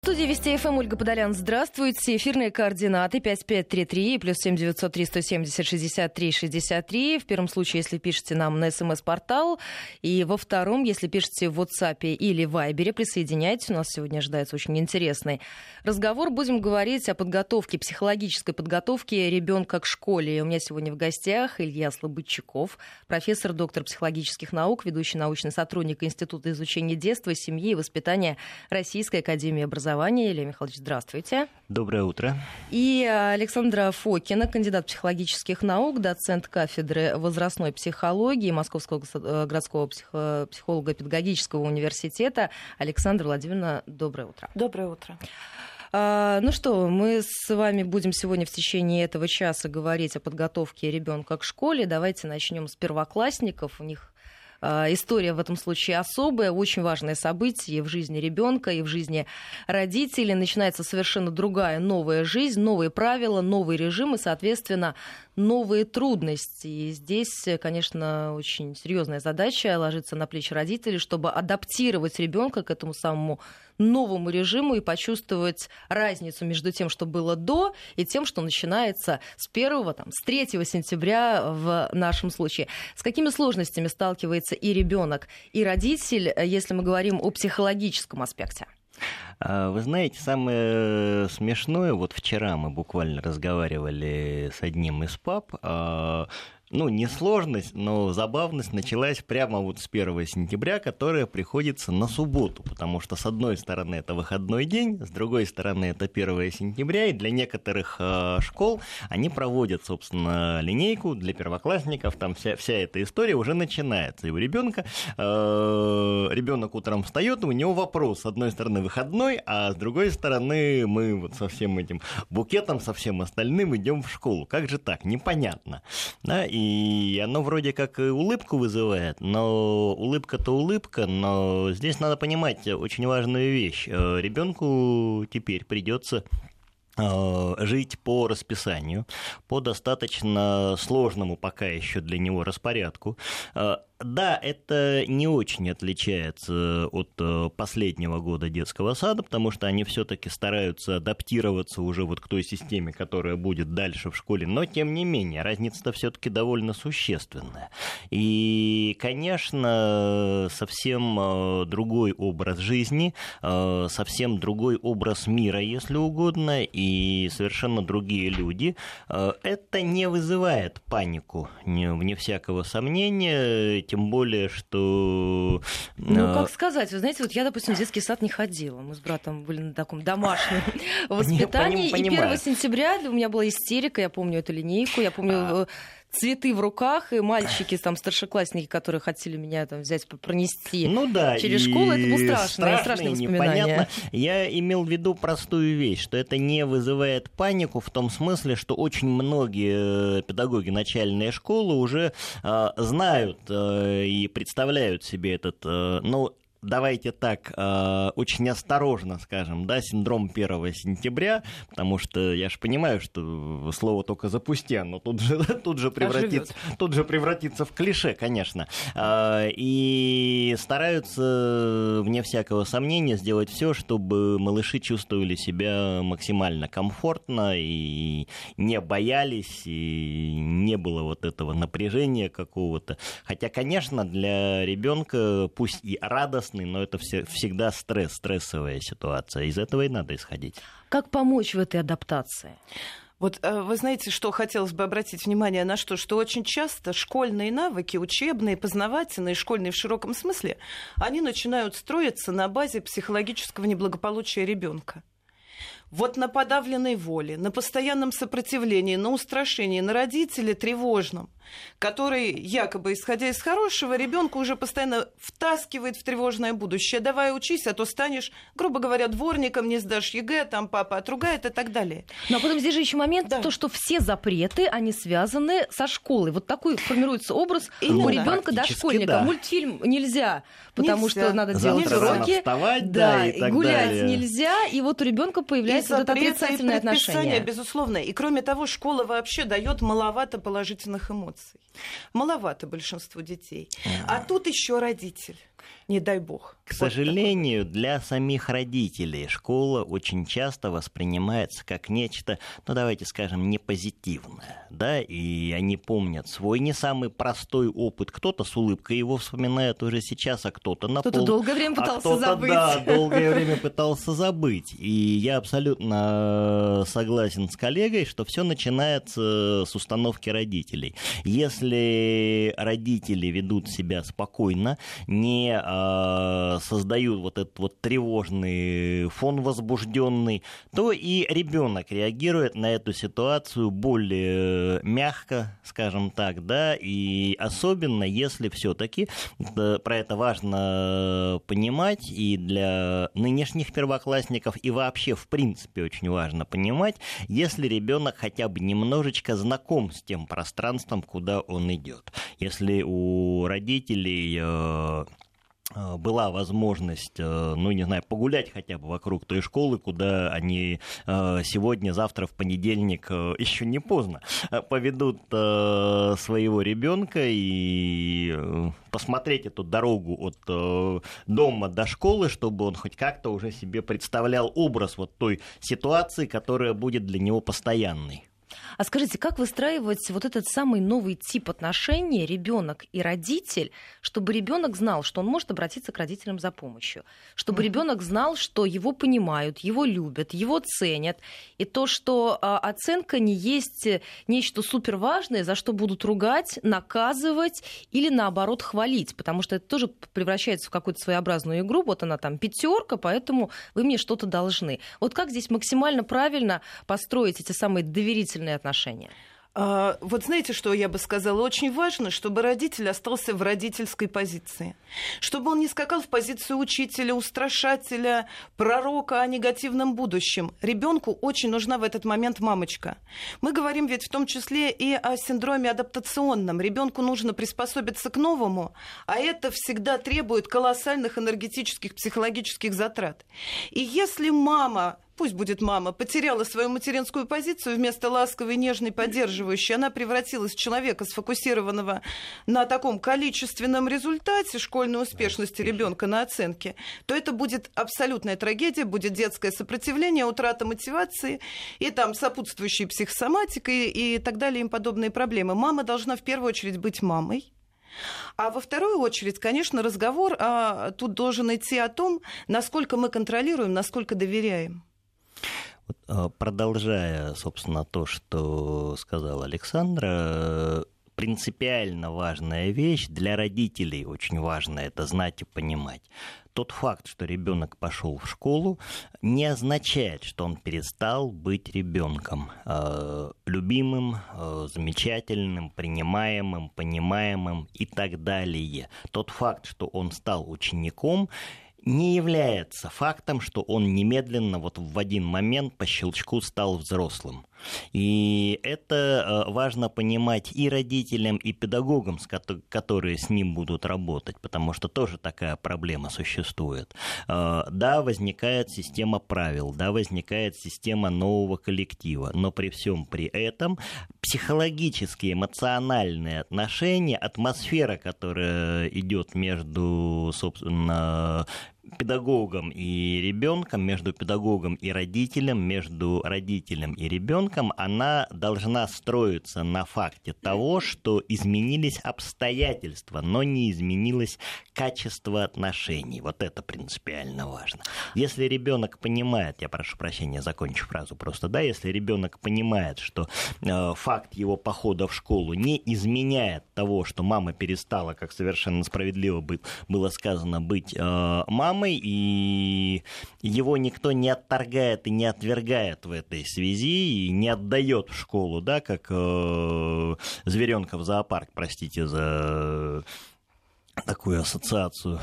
В студии Вести ФМ Ольга Подолян. Здравствуйте. Эфирные координаты 5533 плюс 7903 170 63 63. В первом случае, если пишете нам на СМС-портал. И во втором, если пишете в WhatsApp или Viber, присоединяйтесь. У нас сегодня ожидается очень интересный разговор. Будем говорить о подготовке, психологической подготовке ребенка к школе. И у меня сегодня в гостях Илья Слободчуков, профессор, доктор психологических наук, ведущий научный сотрудник Института изучения детства, семьи и воспитания Российской академии образования. Илья Михайлович, здравствуйте. Доброе утро. И Александра Фокина, кандидат психологических наук, доцент кафедры возрастной психологии Московского городского психолого-педагогического университета. Александра Владимировна, доброе утро. Доброе утро. Ну что, мы с вами будем сегодня в течение этого часа говорить о подготовке ребенка к школе. Давайте начнем с первоклассников. У них история в этом случае особая, очень важное событие в жизни ребенка и в жизни родителей. Начинается совершенно другая, новая жизнь, новые правила, новый режим и, соответственно, новые трудности. И здесь, конечно, очень серьезная задача ложится на плечи родителей, чтобы адаптировать ребенка к этому самому новому режиму и почувствовать разницу между тем, что было до, и тем, что начинается с 3 сентября в нашем случае. С какими сложностями сталкивается и ребенок, и родитель, если мы говорим о психологическом аспекте? Вы знаете, самое смешное, вот вчера мы буквально разговаривали с одним из пап, не сложность, но забавность началась прямо вот с 1 сентября, которая приходится на субботу, потому что, с одной стороны, это выходной день, с другой стороны, это 1 сентября, и для некоторых школ они проводят, собственно, линейку для первоклассников, там вся эта история уже начинается. И у ребенка ребенок утром встает, у него вопрос, с одной стороны, выходной, а с другой стороны, мы вот со всем этим букетом, со всем остальным идем в школу. Как же так? Непонятно. Да? И оно вроде как и улыбку вызывает, но улыбка-то улыбка, но здесь надо понимать очень важную вещь. Ребенку теперь придется жить по расписанию, по достаточно сложному пока еще для него распорядку. Да, это не очень отличается от последнего года детского сада, потому что они все-таки стараются адаптироваться уже вот к той системе, которая будет дальше в школе, но тем не менее разница-то все-таки довольно существенная. И, конечно, совсем другой образ жизни, совсем другой образ мира, если угодно, и совершенно другие люди. Это не вызывает панику, вне всякого сомнения. Тем более, что... как сказать, вы знаете, вот я, допустим, в детский сад не ходила. Мы с братом были на таком домашнем воспитании. И 1 сентября у меня была истерика, я помню эту линейку, я помню... цветы в руках, и мальчики, там, старшеклассники, которые хотели меня там взять, пронести через школу, это было страшное воспоминание. Непонятно. Я имел в виду простую вещь, что это не вызывает панику в том смысле, что очень многие педагоги начальной школы уже знают и представляют себе этот, давайте так, очень осторожно скажем, да, синдром 1 сентября, потому что я же понимаю, что слово только запусти, оно тут же превратится в клише, конечно. И стараются, вне всякого сомнения, сделать все, чтобы малыши чувствовали себя максимально комфортно и не боялись, и не было вот этого напряжения какого-то. Хотя, конечно, для ребенка, пусть и радостно, но это всегда стрессовая ситуация. Из этого и надо исходить. Как помочь в этой адаптации? Вот вы знаете, что хотелось бы обратить внимание на что очень часто школьные навыки, учебные, познавательные, школьные в широком смысле, они начинают строиться на базе психологического неблагополучия ребенка. Вот на подавленной воле, на постоянном сопротивлении, на устрашении, на родителе тревожном, который, якобы исходя из хорошего, ребенка уже постоянно втаскивает в тревожное будущее. Давай учись, а то станешь, грубо говоря, дворником, не сдашь ЕГЭ, там папа отругает и так далее. Но потом здесь же еще момент, то, что все запреты, они связаны со школой. Вот такой формируется образ у ребенка дошкольника. Да. Мультфильм нельзя, потому что надо делать уроки. Вставать, и гулять далее. Нельзя, и вот у ребенка появляется вот это отрицательное отношение. Безусловно. И кроме того, школа вообще дает маловато положительных эмоций. Маловато большинству детей. А тут еще родитель, Не дай бог. К сожалению, для самих родителей школа очень часто воспринимается как нечто, ну давайте скажем, непозитивное, да, и они помнят свой не самый простой опыт. Кто-то с улыбкой его вспоминает уже сейчас, а кто-то на Кто-то долгое время пытался забыть. Да, долгое время пытался забыть. И я абсолютно согласен с коллегой, что все начинается с установки родителей. Если родители ведут себя спокойно, не создают вот этот вот тревожный фон возбужденный, то и ребенок реагирует на эту ситуацию более мягко, скажем так, да, и особенно если все-таки про это важно понимать, и для нынешних первоклассников, и вообще в принципе очень важно понимать, если ребенок хотя бы немножечко знаком с тем пространством, куда он идет. Если у родителей была возможность, ну, не знаю, погулять хотя бы вокруг той школы, куда они сегодня, завтра, в понедельник, еще не поздно, поведут своего ребенка и посмотреть эту дорогу от дома до школы, чтобы он хоть как-то уже себе представлял образ вот той ситуации, которая будет для него постоянной. А скажите, как выстраивать вот этот самый новый тип отношений ребенок и родитель, чтобы ребенок знал, что он может обратиться к родителям за помощью, чтобы ребенок знал, что его понимают, его любят, его ценят, и то, что оценка не есть нечто суперважное, за что будут ругать, наказывать или наоборот хвалить, потому что это тоже превращается в какую-то своеобразную игру, вот она там 5, поэтому вы мне что-то должны. Вот как здесь максимально правильно построить эти самые доверительные отношения? Вот знаете, что я бы сказала? Очень важно, чтобы родитель остался в родительской позиции. Чтобы он не скакал в позицию учителя, устрашателя, пророка о негативном будущем. Ребенку очень нужна в этот момент мамочка. Мы говорим ведь в том числе и о синдроме адаптационном. Ребенку нужно приспособиться к новому, а это всегда требует колоссальных энергетических, психологических затрат. И если мама, пусть будет мама, потеряла свою материнскую позицию, вместо ласковой, нежной, поддерживающей, она превратилась в человека, сфокусированного на таком количественном результате школьной успешности ребенка на оценке, то это будет абсолютная трагедия, будет детское сопротивление, утрата мотивации и там сопутствующие психосоматика и так далее, им подобные проблемы. Мама должна в первую очередь быть мамой. А во вторую очередь, конечно, разговор тут должен идти о том, насколько мы контролируем, насколько доверяем. Продолжая, собственно, то, что сказала Александра, принципиально важная вещь для родителей, очень важно это знать и понимать. Тот факт, что ребенок пошел в школу, не означает, что он перестал быть ребенком, любимым, замечательным, принимаемым, понимаемым и так далее. Тот факт, что он стал учеником, не является фактом, что он немедленно вот в один момент по щелчку стал взрослым. И это важно понимать и родителям, и педагогам, которые с ним будут работать, потому что тоже такая проблема существует. Да, возникает система правил, да, возникает система нового коллектива, но при всем при этом психологические, эмоциональные отношения, атмосфера, которая идет между, собственно, педагогом и ребенком, между педагогом и родителем, между родителем и ребенком, она должна строиться на факте того, что изменились обстоятельства, но не изменилось качество отношений. Вот это принципиально важно. Если ребенок понимает, я прошу прощения, закончу фразу просто, да, если ребенок понимает, что факт его похода в школу не изменяет того, что мама перестала, как совершенно справедливо было сказано, быть мамой, и его никто не отторгает и не отвергает в этой связи, и не отдает в школу, да, как зверенка в зоопарк, простите за такую ассоциацию,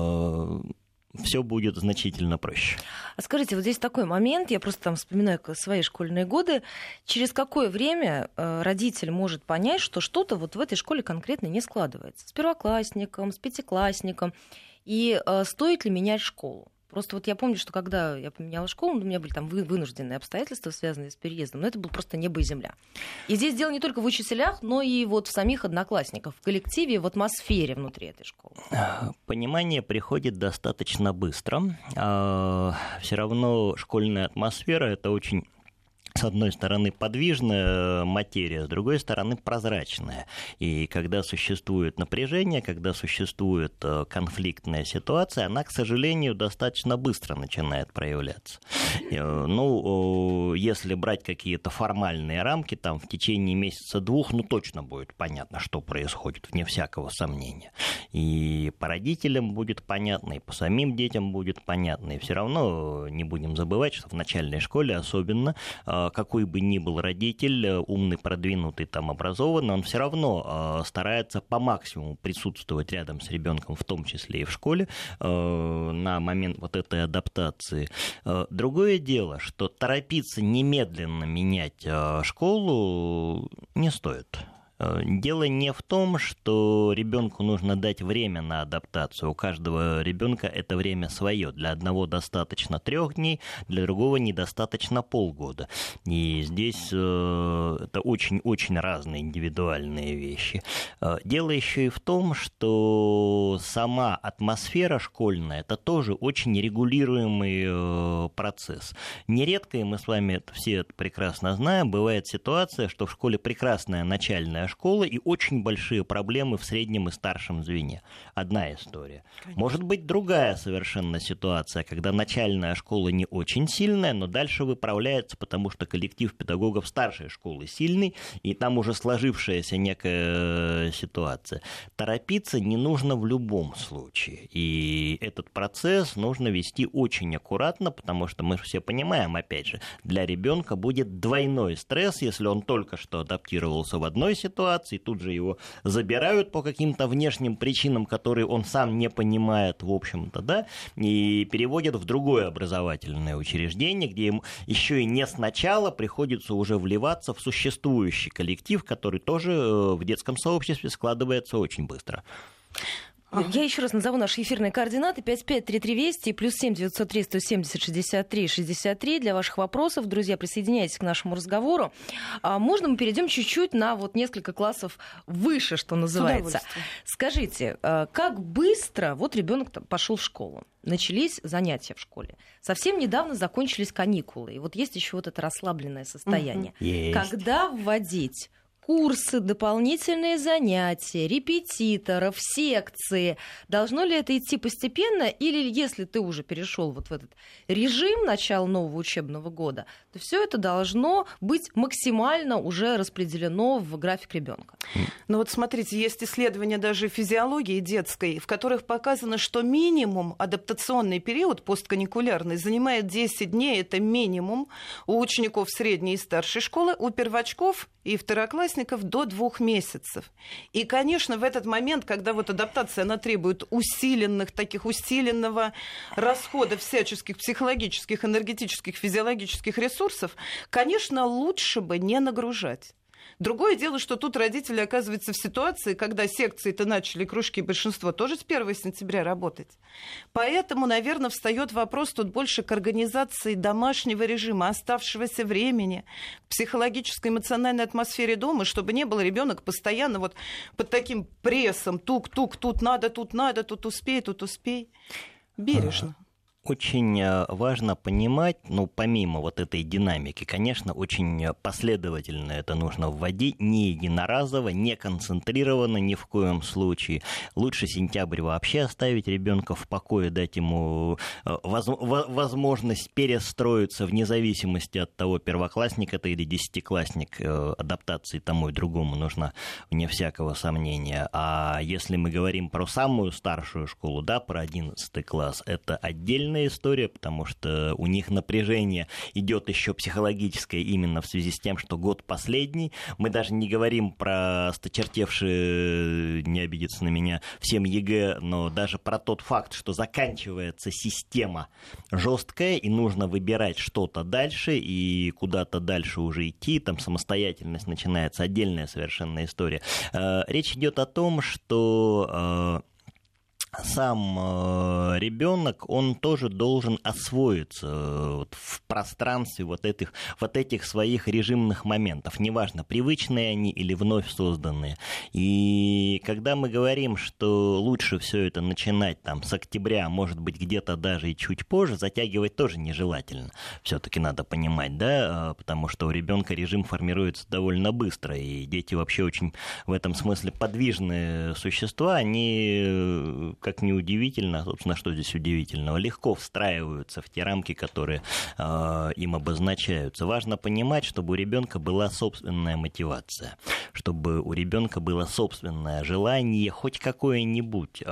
все будет значительно проще. А скажите, вот здесь такой момент, я просто там вспоминаю свои школьные годы, через какое время родитель может понять, что что-то вот в этой школе конкретно не складывается? С первоклассником, с пятиклассником, и стоит ли менять школу? Просто вот я помню, что когда я поменяла школу, у меня были там вынужденные обстоятельства, связанные с переездом, но это было просто небо и земля. И здесь дело не только в учителях, но и вот в самих одноклассниках, в коллективе, в атмосфере внутри этой школы. Понимание приходит достаточно быстро. Все равно школьная атмосфера — это очень, с одной стороны, подвижная материя, с другой стороны, прозрачная. И когда существует напряжение, когда существует конфликтная ситуация, она, к сожалению, достаточно быстро начинает проявляться. Ну, если брать какие-то формальные рамки, там в течение месяца-двух, ну, точно будет понятно, что происходит, вне всякого сомнения. И по родителям будет понятно, и по самим детям будет понятно. И все равно не будем забывать, что в начальной школе особенно какой бы ни был родитель, умный, продвинутый, там, образованный, он все равно старается по максимуму присутствовать рядом с ребенком, в том числе и в школе, на момент вот этой адаптации. Другое дело, что торопиться немедленно менять школу не стоит. Дело не в том, что ребенку нужно дать время на адаптацию. У каждого ребенка это время свое. Для одного достаточно 3 дней, для другого недостаточно полгода. И здесь это очень-очень разные индивидуальные вещи. Дело еще и в том, что сама атмосфера школьная — это тоже очень регулируемый процесс. Нередко, и мы с вами все это прекрасно знаем, бывает ситуация, что в школе прекрасная начальная школа и очень большие проблемы в среднем и старшем звене. Одна история. Конечно. Может быть, другая совершенно ситуация, когда начальная школа не очень сильная, но дальше выправляется, потому что коллектив педагогов старшей школы сильный, и там уже сложившаяся некая ситуация. Торопиться не нужно в любом случае. И этот процесс нужно вести очень аккуратно, потому что мы все понимаем, опять же, для ребенка будет двойной стресс, если он только что адаптировался в одной ситуации, тут же его забирают по каким-то внешним причинам, которые он сам не понимает, в общем-то, да, и переводят в другое образовательное учреждение, где ему еще и не сначала приходится уже вливаться в существующий коллектив, который тоже в детском сообществе складывается очень быстро. Я еще раз назову наши эфирные координаты: 553320 и +7 903 170 63 63 для ваших вопросов. Друзья, присоединяйтесь к нашему разговору. Можно мы перейдем чуть-чуть на вот несколько классов выше, что называется? Скажите, как быстро вот ребенок пошел в школу? Начались занятия в школе. Совсем недавно закончились каникулы. И вот есть еще вот это расслабленное состояние. Когда вводить курсы, дополнительные занятия, репетиторов, секции? Должно ли это идти постепенно? Или если ты уже перешел вот в этот режим начала нового учебного года, то все это должно быть максимально уже распределено в график ребенка? Ну вот смотрите, есть исследования даже физиологии детской, в которых показано, что минимум адаптационный период постканикулярный занимает 10 дней. Это минимум у учеников средней и старшей школы, у первочков и второклассников до 2 месяцев. И, конечно, в этот момент, когда вот адаптация, она требует усиленного расхода всяческих психологических, энергетических, физиологических ресурсов, конечно, лучше бы не нагружать. Другое дело, что тут родители оказываются в ситуации, когда секции-то начали, кружки, большинство тоже с 1 сентября работать. Поэтому, наверное, встает вопрос тут больше к организации домашнего режима, оставшегося времени, психологической, эмоциональной атмосфере дома, чтобы не был ребенок постоянно вот под таким прессом: тук-тук, тут надо, тут успей, тут успей. Бережно. Очень важно понимать, ну, помимо вот этой динамики, конечно, очень последовательно это нужно вводить, не единоразово, не концентрированно ни в коем случае. Лучше сентябрь вообще оставить ребенка в покое, дать ему возможность перестроиться вне зависимости от того, первоклассник это или десятиклассник. Адаптации тому и другому нужна, вне всякого сомнения. А если мы говорим про самую старшую школу, да, про 11 класс, это отдельно история, потому что у них напряжение идет еще психологическое именно в связи с тем, что год последний. Мы даже не говорим про осточертевшие, не обидеться на меня, всем ЕГЭ, но даже про тот факт, что заканчивается система жесткая, и нужно выбирать что-то дальше, и куда-то дальше уже идти, там самостоятельность начинается, отдельная совершенно история. Речь идет о том, что сам ребенок, он тоже должен освоиться в пространстве вот этих своих режимных моментов. Неважно, привычные они или вновь созданные. И когда мы говорим, что лучше все это начинать там с октября, может быть, где-то даже и чуть позже, затягивать тоже нежелательно. Все-таки надо понимать, да, потому что у ребенка режим формируется довольно быстро, и дети вообще очень в этом смысле подвижные существа, они, как ни удивительно, собственно, что здесь удивительного, легко встраиваются в те рамки, которые им обозначаются. Важно понимать, чтобы у ребенка была собственная мотивация, чтобы у ребенка было собственное желание, хоть какое-нибудь,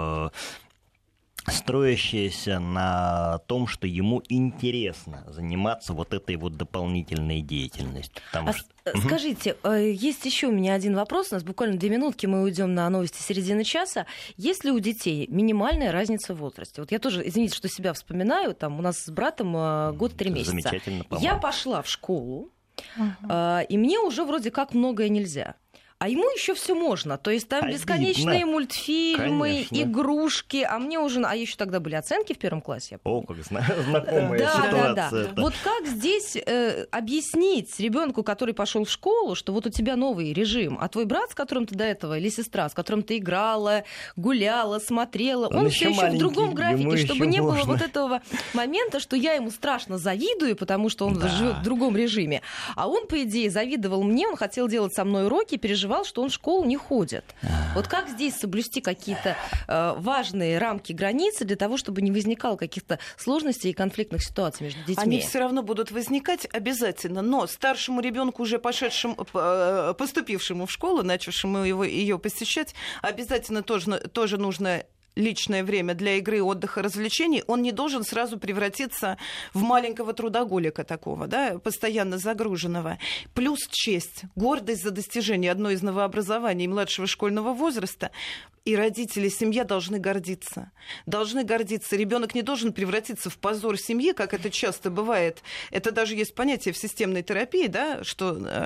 строящаяся на том, что ему интересно заниматься вот этой вот дополнительной деятельностью. Скажите, есть еще у меня один вопрос. У нас буквально 2 минутки, мы уйдем на новости середины часа. Есть ли у детей минимальная разница в возрасте? Вот я тоже, извините, что себя вспоминаю, там у нас с братом год 3 месяца. Замечательно, по-моему. Я пошла в школу, и мне уже вроде как многое нельзя. А ему еще все можно. То есть там бесконечные мультфильмы, конечно, игрушки. А мне уже... А еще тогда были оценки в 1 классе. О, как знакомая ситуация. Да. Вот как здесь объяснить ребенку, который пошел в школу, что вот у тебя новый режим, а твой брат, с которым ты до этого, или сестра, с которым ты играла, гуляла, смотрела, он все еще в другом графике, чтобы не было вот этого момента, что я ему страшно завидую, потому что он живет в другом режиме. А он, по идее, завидовал мне, он хотел делать со мной уроки, переживал, что он в школу не ходит. Вот как здесь соблюсти какие-то важные рамки, границы для того, чтобы не возникало каких-то сложностей и конфликтных ситуаций между детьми? Они все равно будут возникать обязательно, но старшему ребенку, уже поступившему в школу, начавшему ее посещать, обязательно тоже нужно личное время для игры, отдыха, развлечений, он не должен сразу превратиться в маленького трудоголика такого, да, постоянно загруженного. Плюс честь, гордость за достижение одной из новообразований младшего школьного возраста. И родители, семья должны гордиться. Должны гордиться. Ребенок не должен превратиться в позор семьи, как это часто бывает. Это даже есть понятие в системной терапии, да, что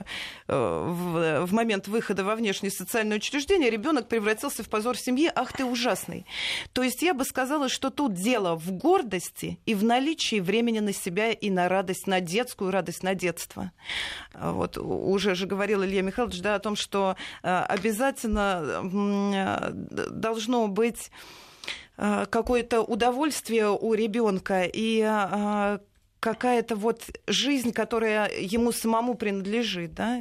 в момент выхода во внешнее социальное учреждение ребенок превратился в позор семьи. Ах ты ужасный. То есть я бы сказала, что тут дело в гордости и в наличии времени на себя и на радость, на детскую радость, на детство. Вот уже же говорил Илья Михайлович, да, о том, что обязательно должно быть какое-то удовольствие у ребенка и какая-то вот жизнь, которая ему самому принадлежит, да.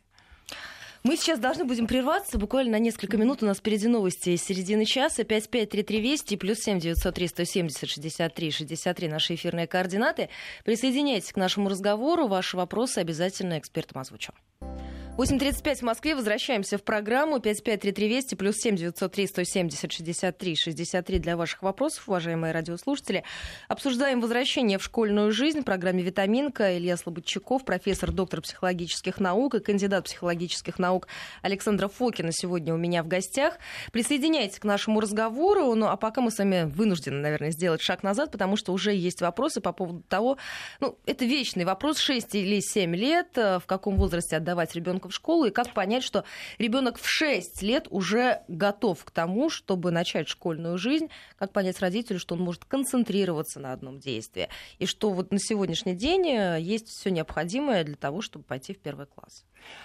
Мы сейчас должны будем прерваться буквально на несколько минут. У нас впереди новости из середины часа. 553320 и +7 903 170 63 63 наши эфирные координаты. Присоединяйтесь к нашему разговору. Ваши вопросы обязательно экспертам озвучу. 8:35 в Москве. Возвращаемся в программу. 553320 +7 903 170 63 63 для ваших вопросов, уважаемые радиослушатели. Обсуждаем возвращение в школьную жизнь в программе «Витаминка». Илья Слободчуков, профессор, доктор психологических наук и кандидат психологических наук Александра Фокина сегодня у меня в гостях. Присоединяйтесь к нашему разговору. Ну, а пока мы с вами вынуждены, наверное, сделать шаг назад, потому что уже есть вопросы по поводу того, ну, это вечный вопрос, 6 или 7 лет, в каком возрасте отдавать ребенка в школу, и как понять, что ребенок в 6 лет уже готов к тому, чтобы начать школьную жизнь, как понять родителю, что он может концентрироваться на одном действии, и что вот на сегодняшний день есть все необходимое для того, чтобы пойти в 1 класс.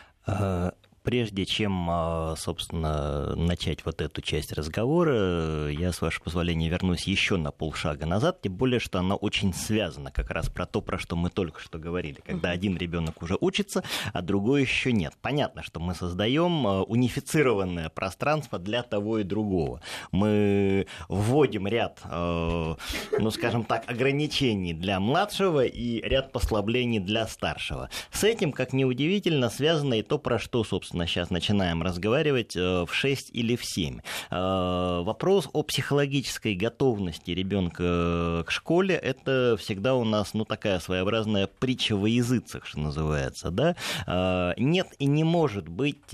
Прежде чем, собственно, начать вот эту часть разговора, я, с вашего позволения, вернусь еще на полшага назад, тем более, что она очень связана как раз про то, про что мы только что говорили, когда один ребенок уже учится, а другой еще нет. Понятно, что мы создаем унифицированное пространство для того и другого. Мы вводим ряд, ну, скажем так, ограничений для младшего и ряд послаблений для старшего. С этим, как ни удивительно, связано и то, про что, собственно, сейчас начинаем разговаривать в 6 или в 7. Вопрос о психологической готовности ребенка к школе – это всегда у нас, ну, такая своеобразная притча во языцах, что называется, да? Нет и не может быть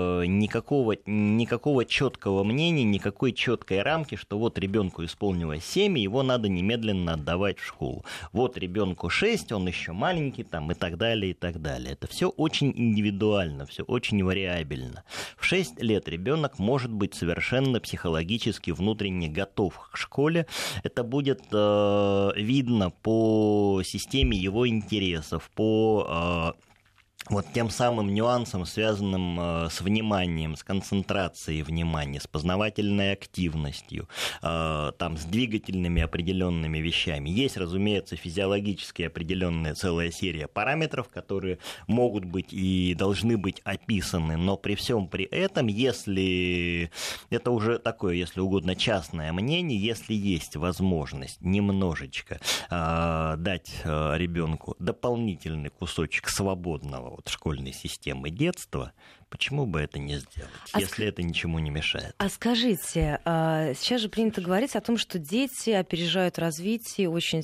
никакого четкого мнения, никакой четкой рамки, что вот ребенку исполнилось 7, и его надо немедленно отдавать в школу. Вот ребенку 6, он еще маленький, там, и так далее, и так далее. Это все очень индивидуально, все очень очень вариабельно. В 6 лет ребенок может быть совершенно психологически внутренне готов к школе. Это будет видно по системе его интересов, по вот тем самым нюансам, связанным с вниманием, с концентрацией внимания, с познавательной активностью, там, с двигательными определенными вещами. Есть, разумеется, физиологически определенная целая серия параметров, которые могут быть и должны быть описаны, но при всем при этом, если это уже такое, если угодно, частное мнение, если есть возможность немножечко дать ребенку дополнительный кусочек свободного от школьной системы детства, почему бы это не сделать, если это ничему не мешает? А скажите, сейчас же принято говорить о том, что дети опережают развитие очень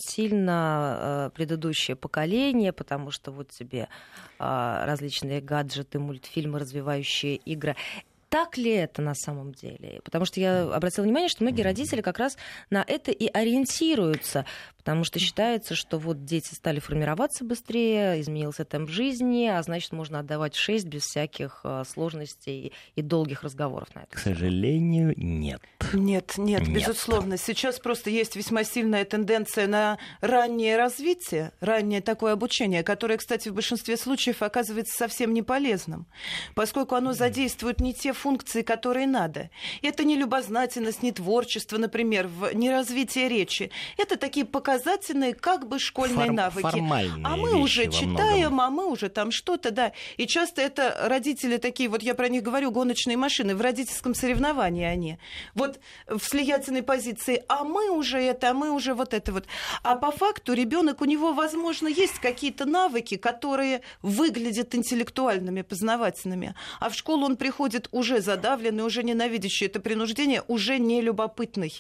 сильно предыдущее поколение, потому что вот тебе различные гаджеты, мультфильмы, развивающие игры. Так ли это на самом деле? Потому что я обратила внимание, что многие родители как раз на это и ориентируются, потому что считается, что вот дети стали формироваться быстрее, изменился темп жизни, а значит, можно отдавать в 6 без всяких сложностей и долгих разговоров на это. К сожалению, нет. Нет, безусловно. Сейчас просто есть весьма сильная тенденция на раннее развитие, раннее такое обучение, которое, кстати, в большинстве случаев оказывается совсем не полезным, поскольку оно задействует не те функции, которые надо. Это не любознательность, не творчество, например, не развитие речи. Это такие показательные как бы школьные навыки. А мы уже читаем, а мы уже там что-то, да. И часто это родители такие, вот я про них говорю, гоночные машины, в родительском соревновании они. Вот в слиятельной позиции, а мы уже это, а мы уже вот это вот. А по факту ребенок, у него, возможно, есть какие-то навыки, которые выглядят интеллектуальными, познавательными. А в школу он приходит уже задавленный, уже ненавидящий это принуждение, уже не любопытный.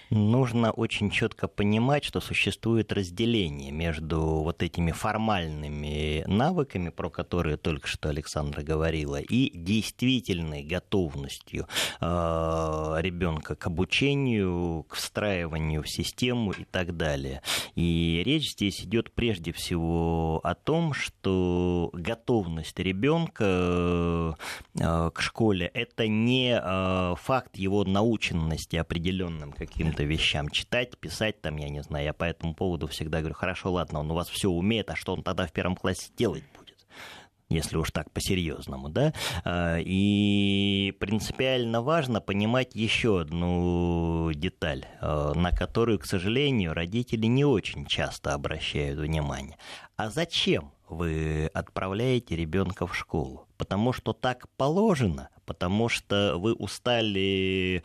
Нужно очень четко понимать, что существует разделение между вот этими формальными навыками, про которые только что Александра говорила, и действительной готовностью ребенка к обучению, к встраиванию в систему и так далее. И речь здесь идет прежде всего о том, что готовность ребенка к школе — это не факт его наученности определенным каким-то вещам. Читать, писать, там, я не знаю, я по этому поводу всегда говорю, хорошо, ладно, он у вас все умеет, а что он тогда в 1 классе делать будет? Если уж так по-серьезному, да, и принципиально важно понимать еще одну деталь, на которую, к сожалению, родители не очень часто обращают внимание. А зачем вы отправляете ребенка в школу? Потому что так положено, потому что вы устали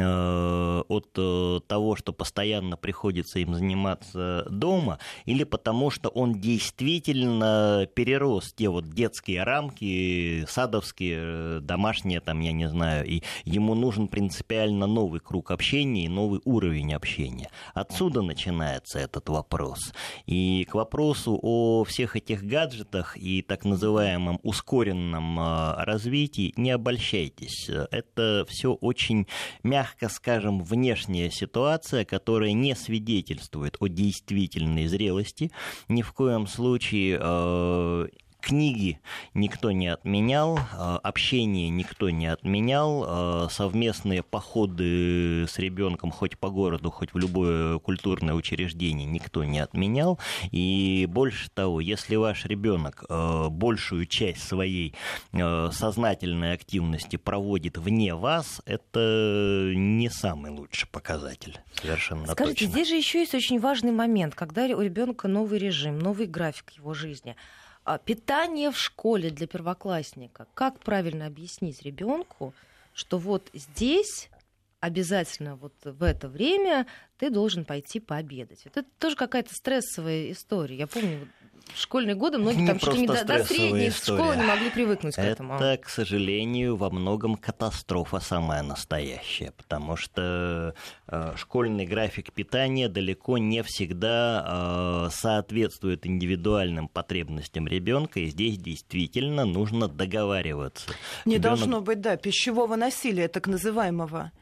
от того, что постоянно приходится им заниматься дома, или потому что он действительно перерос те вот детские рамки, садовские, домашние, там, я не знаю, и ему нужен принципиально новый круг общения и новый уровень общения. Отсюда начинается этот вопрос. И к вопросу о всех этих гаджетах и так называемом ускоренном развитии не обольщайтесь. Это все очень, мягко скажем, внешняя ситуация, которая не свидетельствует о действительной зрелости. Ни в коем случае книги никто не отменял, общение никто не отменял, совместные походы с ребенком хоть по городу, хоть в любое культурное учреждение никто не отменял. И больше того, если ваш ребенок большую часть своей сознательной активности проводит вне вас, это не самый лучший показатель. Совершенно Скажите, точно. здесь же еще есть очень важный момент, когда у ребенка новый режим, новый график его жизни. Питание в школе для первоклассника. Как правильно объяснить ребенку, что вот здесь обязательно вот в это время ты должен пойти пообедать? Это тоже какая-то стрессовая история. Я помню, в школьные годы многие там чуть ли не до средней школы не могли привыкнуть к этому. Это, к сожалению, во многом катастрофа самая настоящая, потому что школьный график питания далеко не всегда соответствует индивидуальным потребностям ребенка, и здесь действительно нужно договариваться. Не должно быть, да, пищевого насилия, так называемого.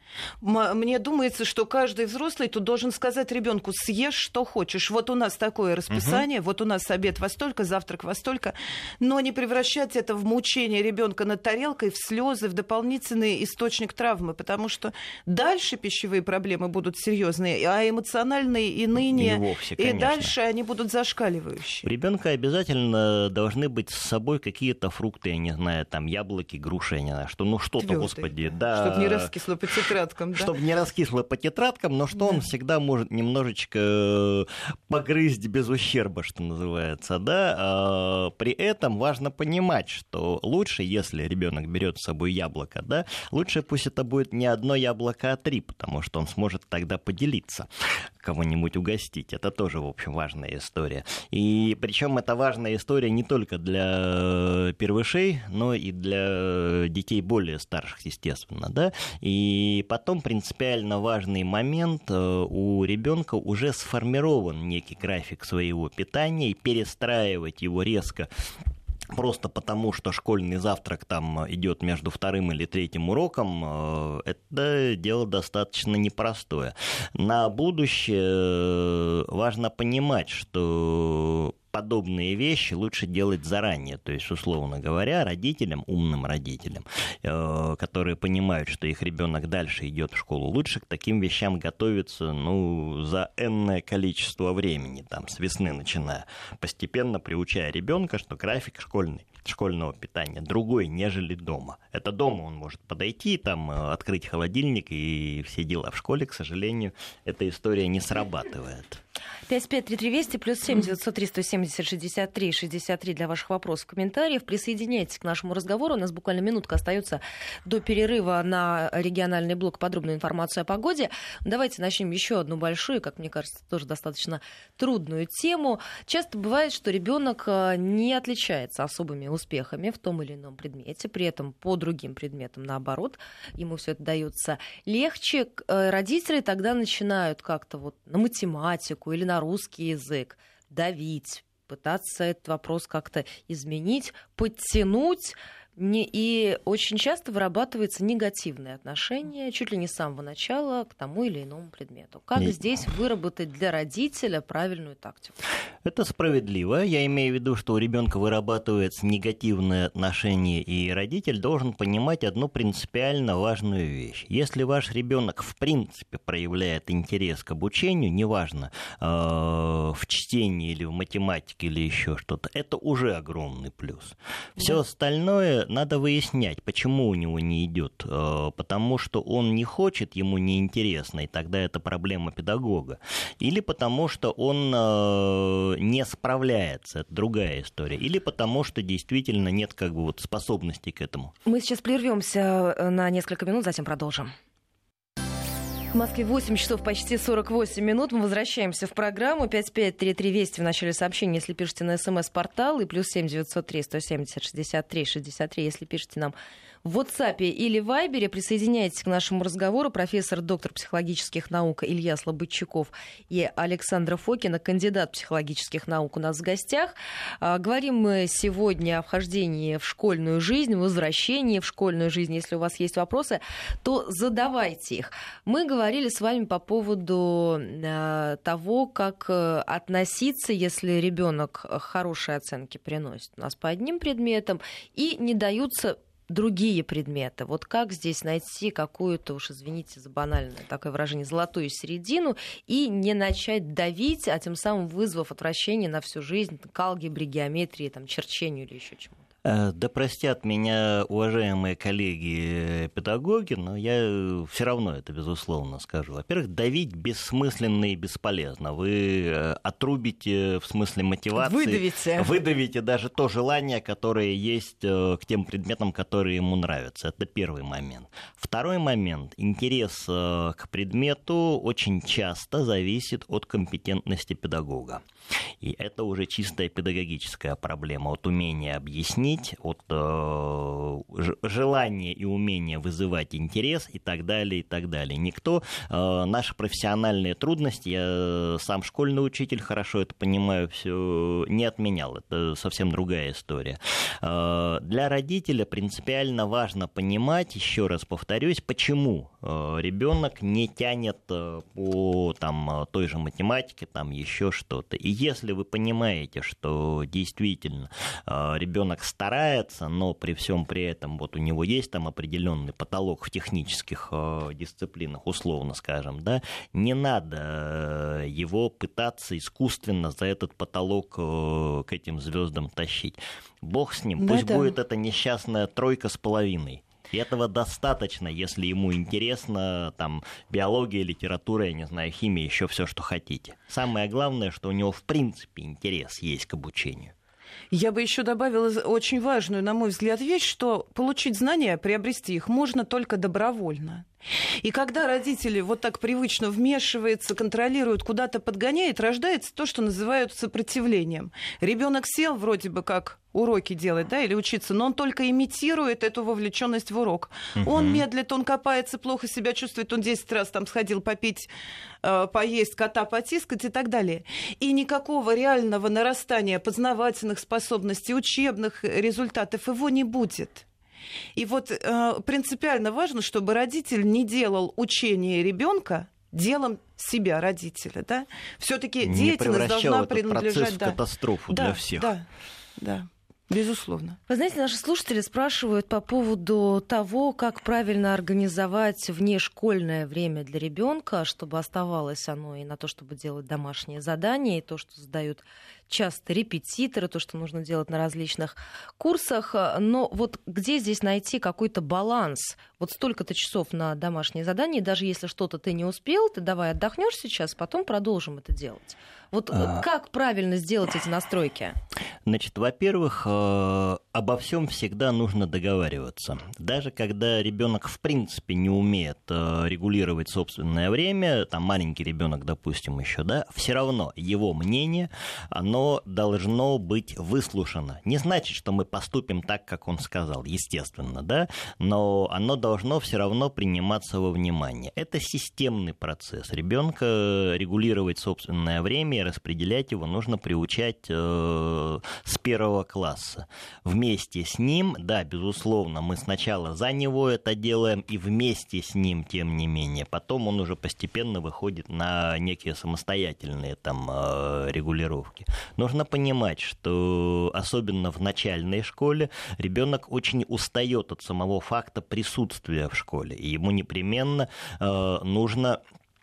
Мне думается, что каждый взрослый тут должен сказать ребенку: съешь, что хочешь. Вот у нас такое расписание, вот у нас обед во столько, завтрак во столько. Но не превращать это в мучение ребенка над тарелкой, в слезы, в дополнительный источник травмы, потому что дальше пищевые проблемы будут серьезные, а эмоциональные и ныне, вовсе, и дальше они будут зашкаливающие. У ребенка обязательно должны быть с собой какие-то фрукты, я не знаю, там яблоки, груши, я не знаю, что, что-то, Твёрдые, господи, да. Чтобы не раскисло по тетрадкам. Да? Чтобы не раскисло по тетрадкам, но что он всегда может немножечко погрызть без ущерба, что называется, да. При этом важно понимать, что лучше, если ребенок берет с собой яблоко, да, лучше пусть это будет не одно яблоко, а 3, потому что он сможет тогда поделиться, кого-нибудь угостить. Это тоже, в общем, важная история. И причем это важная история не только для первышей, но и для детей более старших, естественно, да. И потом принципиально важный момент: у ребенка уже сформирован некий график своего питания, и перестраивать его резко просто потому, что школьный завтрак там идет между 2-м или 3-м уроком, это дело достаточно непростое. На будущее важно понимать, что подобные вещи лучше делать заранее. То есть, условно говоря, родителям, умным родителям, которые понимают, что их ребенок дальше идет в школу, лучше к таким вещам готовиться за энное количество времени, там, с весны начиная, постепенно приучая ребенка, что график школьного питания другой, нежели дома. Это дома он может подойти, там, открыть холодильник и все дела. В школе, к сожалению, эта история не срабатывает. 553320 +7 903 170 63 63 для ваших вопросов, комментариев. Присоединяйтесь к нашему разговору. У нас буквально минутка остается до перерыва на региональный блок. Подробную информацию о погоде. Давайте начнем еще одну большую, как мне кажется, тоже достаточно трудную тему. Часто бывает, что ребенок не отличается особыми успехами в том или ином предмете, при этом по другим предметам, наоборот, ему все это дается легче. Родители тогда начинают как-то на математику или на русский язык давить, пытаться этот вопрос как-то изменить, подтянуть. И очень часто вырабатывается негативное отношение, чуть ли не с самого начала, к тому или иному предмету. Как здесь выработать для родителя правильную тактику? Это справедливо. Я имею в виду, что у ребенка вырабатывается негативное отношение, и родитель должен понимать одну принципиально важную вещь. Если ваш ребенок в принципе проявляет интерес к обучению, неважно, в чтении или в математике или еще что-то, это уже огромный плюс. Все остальное надо выяснять, почему у него не идет. Потому что он не хочет, ему неинтересно, и тогда это проблема педагога. Или потому что он не справляется, это другая история. Или потому что действительно нет способностей к этому. Мы сейчас прервемся на несколько минут, затем продолжим. В Москве 8 часов почти 48 минут. Мы возвращаемся в программу. 553320 в начале сообщения, если пишете на СМС-портал, и +7 903 170 63 63, если пишете нам в WhatsApp или Viber. Присоединяйтесь к нашему разговору. Профессор, доктор психологических наук Илья Слободчуков и Александра Фокина, кандидат психологических наук, у нас в гостях. Говорим мы сегодня о вхождении в школьную жизнь, возвращении в школьную жизнь. Если у вас есть вопросы, то задавайте их. Мы говорили с вами по поводу того, как относиться, если ребенок хорошие оценки приносит у нас по одним предметам и не даются другие предметы. Вот как здесь найти какую-то, уж извините за банальное такое выражение, золотую середину и не начать давить, а тем самым вызвав отвращение на всю жизнь к алгебре, геометрии, черчению или еще чему-то? Да простят меня уважаемые коллеги-педагоги, но я все равно это безусловно скажу. Во-первых, давить бессмысленно и бесполезно. Вы отрубите, в смысле мотивации, выдавите даже то желание, которое есть к тем предметам, которые ему нравятся. Это первый момент. Второй момент. Интерес к предмету очень часто зависит от компетентности педагога. И это уже чистая педагогическая проблема, от умения объяснить, иметь от желания и умения вызывать интерес и так далее, и так далее. Никто наши профессиональные трудности, я сам школьный учитель, хорошо это понимаю, все не отменял. Это совсем другая история. Для родителя принципиально важно понимать, еще раз повторюсь, почему ребенок не тянет по той же математике, еще что-то. И если вы понимаете, что действительно ребенок старается, но при всем при этом у него есть определенный потолок в технических дисциплинах, условно скажем, да, не надо его пытаться искусственно за этот потолок к этим звездам тащить. Бог с ним, пусть будет эта несчастная 3,5. И этого достаточно, если ему интересно биология, литература, я не знаю, химия, еще все, что хотите. Самое главное, что у него в принципе интерес есть к обучению. Я бы еще добавила очень важную, на мой взгляд, вещь, что получить знания, приобрести их можно только добровольно. И когда родители так привычно вмешиваются, контролируют, куда-то подгоняют, рождается то, что называют сопротивлением. Ребенок сел вроде бы как уроки делать, или учиться, но он только имитирует эту вовлеченность в урок. Он медлит, он копается, плохо себя чувствует, он 10 раз сходил попить, поесть, кота потискать и так далее. И никакого реального нарастания познавательных способностей, учебных результатов его не будет. И принципиально важно, чтобы родитель не делал учение ребенка делом себя, родителя. Да? Все-таки деятельность должна принадлежать... процесс в катастрофу для всех. Да. Безусловно. Вы знаете, наши слушатели спрашивают по поводу того, как правильно организовать внешкольное время для ребенка, чтобы оставалось оно и на то, чтобы делать домашние задания, и то, что задают часто репетиторы, то, что нужно делать на различных курсах. Но где здесь найти какой-то баланс? Столько-то часов на домашние задания, и даже если что-то ты не успел, ты давай отдохнешь сейчас, потом продолжим это делать. Как правильно сделать эти настройки? Значит, во-первых, обо всем всегда нужно договариваться. Даже когда ребенок в принципе не умеет регулировать собственное время, маленький ребенок, допустим, еще, все равно его мнение, оно должно быть выслушано. Не значит, что мы поступим так, как он сказал, естественно, но оно должно все равно приниматься во внимание. Это системный процесс. Ребенка регулировать собственное время и распределять его нужно приучать с 1 класса. Вместе с ним, безусловно, мы сначала за него это делаем и вместе с ним, тем не менее. Потом он уже постепенно выходит на некие самостоятельные регулировки. Нужно понимать, что особенно в начальной школе ребенок очень устает от самого факта присутствия в школе. И ему непременно нужно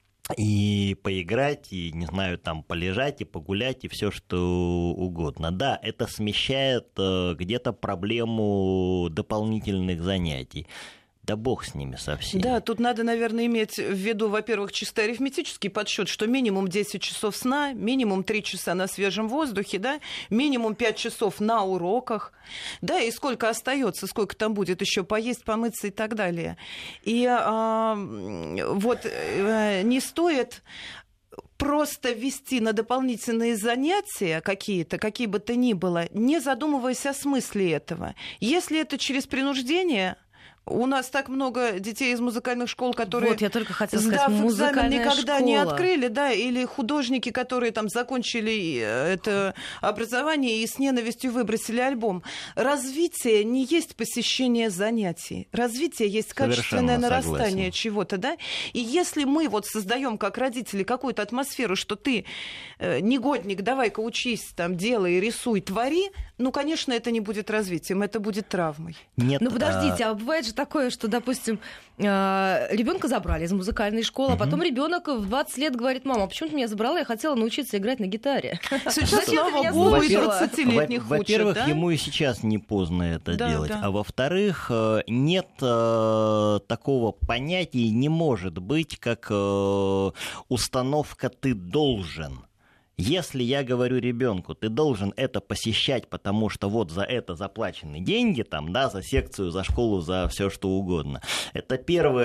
и поиграть, и, не знаю, полежать, и погулять, и все что угодно. Да, это смещает где-то проблему дополнительных занятий. Да бог с ними со всеми. Да, тут надо, наверное, иметь в виду, во-первых, чисто арифметический подсчет, что минимум 10 часов сна, минимум 3 часа на свежем воздухе, минимум 5 часов на уроках, и сколько остается, сколько там будет еще поесть, помыться и так далее. И не стоит просто вести на дополнительные занятия какие-то, какие бы то ни было, не задумываясь о смысле этого. Если это через принуждение... У нас так много детей из музыкальных школ, которые, я только хотела сказать, экзамен, никогда школа. Не открыли, или художники, которые закончили это образование и с ненавистью выбросили альбом. Развитие не есть посещение занятий. Развитие есть качественное нарастание чего-то, И если мы создаем как родители какую-то атмосферу, что ты негодник, давай-ка учись, делай, рисуй, твори, конечно, это не будет развитием, это будет травмой. Нет, подождите, а бывает же такое, что, допустим, ребенка забрали из музыкальной школы, а потом ребенок в 20 лет говорит: мама, почему ты меня забрала? Я хотела научиться играть на гитаре. Слава богу, и 20-летних учат. Во-первых, ему и сейчас не поздно это делать. А во-вторых, нет такого понятия, не может быть, как установка «ты должен». Если я говорю ребенку, ты должен это посещать, потому что вот за это заплачены деньги, там, да, за секцию, за школу, за все что угодно. Это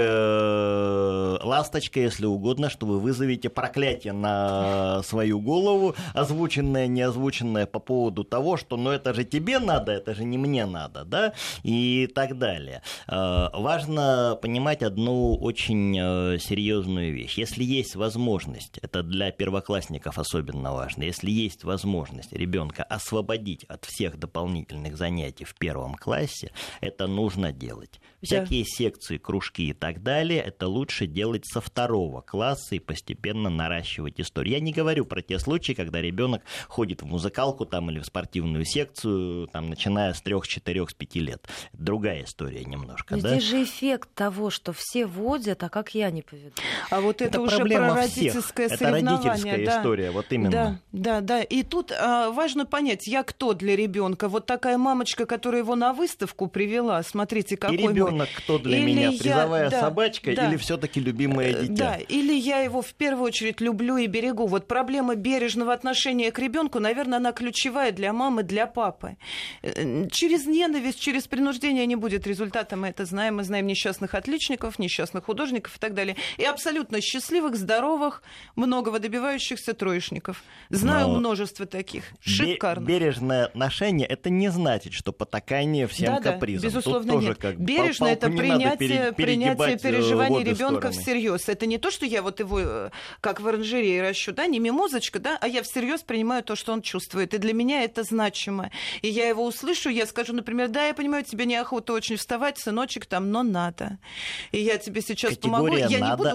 первая ласточка, если угодно, что вы вызовете проклятие на свою голову, озвученное, не озвученное по поводу того, что ну это же тебе надо, это же не мне надо, да, и так далее. Важно понимать одну очень серьезную вещь. Если есть возможность, это для первоклассников особенно важно, если есть возможность ребенка освободить от всех дополнительных занятий в первом классе, это нужно делать. Всякие секции, кружки и так далее, это лучше делать со второго класса и постепенно наращивать историю. Я не говорю про те случаи, когда ребенок ходит в музыкалку там, или в спортивную секцию, там, начиная с 3, 4, с 5 лет. Другая история немножко. Но да? здесь же эффект того, что все водят, а как я не поведу. А вот это уже про родительское соревнование. Это родительская история, вот именно. Да. И тут важно понять, я кто для ребенка. Вот такая мамочка, которая его на выставку привела, смотрите, какой мой. И ребенок кто для меня, призовая собачка или все-таки любимое дитя? Да, или я его в первую очередь люблю и берегу. Вот проблема бережного отношения к ребенку, наверное, она ключевая для мамы, для папы. Через ненависть, через принуждение не будет результата, мы это знаем. Мы знаем несчастных отличников, несчастных художников и так далее. И абсолютно счастливых, здоровых, многого добивающихся троечников. Знаю множество таких. Шикарно. Бережное отношение — это не значит, что потакание всем капризам. Безусловно, тут нет. Тоже, как бережно — это принятие переживаний ребенка стороны. всерьез. Это не то, что я вот его как в оранжерее ращу, да, не мимозочка, да, а я всерьез принимаю то, что он чувствует. И для меня это значимо. И я его услышу, я скажу, например, да, я понимаю, тебе неохота очень вставать, сыночек, там, но надо. И я тебе сейчас помогу. Я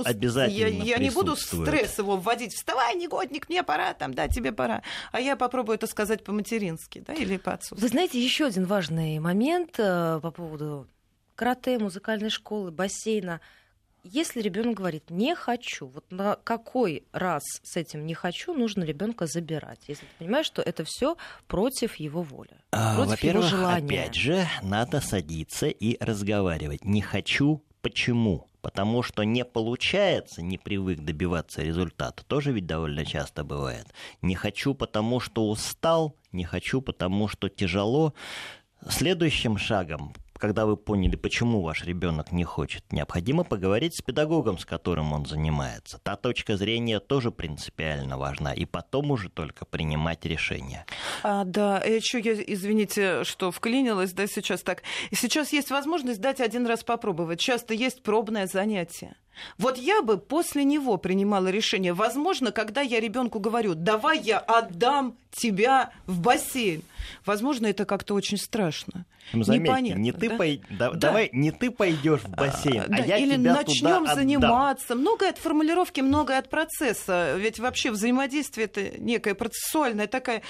не буду стресс его вводить. Вставай, негодник, мне пора, там, да, тебе пора. А я попробую это сказать по-матерински, да, или по-отцу. Вы знаете, еще один важный момент по поводу карате, музыкальной школы, бассейна. Если ребенок говорит «не хочу», вот на какой раз с этим «не хочу» нужно ребенка забирать, если ты понимаешь, что это все против его воли, против его желания? Опять же, надо садиться и разговаривать. Не хочу, почему? Потому что не получается, не привык добиваться результата. Тоже ведь довольно часто бывает. Не хочу, потому что устал, не хочу, потому что тяжело. Следующим шагом, когда вы поняли, почему ваш ребенок не хочет, необходимо поговорить с педагогом, с которым он занимается. Та точка зрения тоже принципиально важна, и потом уже только принимать решение. Да, еще я, извините, что вклинилась, да, сейчас так. Сейчас есть возможность дать один раз попробовать. Часто есть пробное занятие. Вот я бы после него принимала решение. Возможно, когда я ребенку говорю, давай я отдам тебя в бассейн. Возможно, это как-то очень страшно. Заметьте, давай не ты пойдешь в бассейн, а я или тебя начнем туда заниматься. отдам. Многое от формулировки, многое от процесса. Ведь вообще взаимодействие — это некое процессуальное такое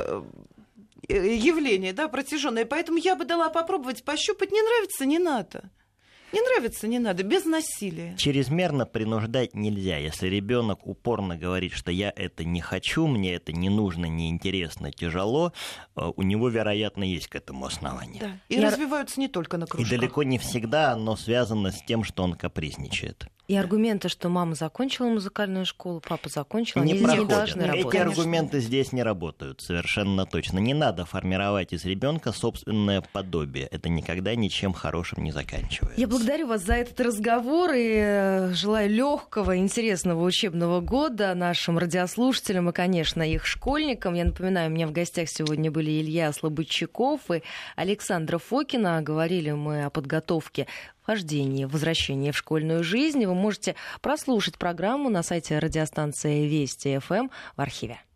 явление, да, протяженное. Поэтому я бы дала попробовать пощупать. Не нравится — не надо. Не нравится — не надо, без насилия. Чрезмерно принуждать нельзя. Если ребенок упорно говорит, что я это не хочу, мне это не нужно, неинтересно, тяжело, у него, вероятно, есть к этому основание. Да. И развиваются не только на кружках. И далеко не всегда оно связано с тем, что он капризничает. И аргументы, что мама закончила музыкальную школу, папа закончил, не они здесь не должны работать. Эти аргументы здесь не работают, совершенно точно. Не надо формировать из ребенка собственное подобие. Это никогда ничем хорошим не заканчивается. Я благодарю вас за этот разговор и желаю легкого, интересного учебного года нашим радиослушателям и, конечно, их школьникам. Я напоминаю, у меня в гостях сегодня были Илья Слободчаков и Александра Фокина. Говорили мы о подготовке вхождение, возвращение в школьную жизнь. Вы можете прослушать программу на сайте радиостанции Вести ФМ в архиве.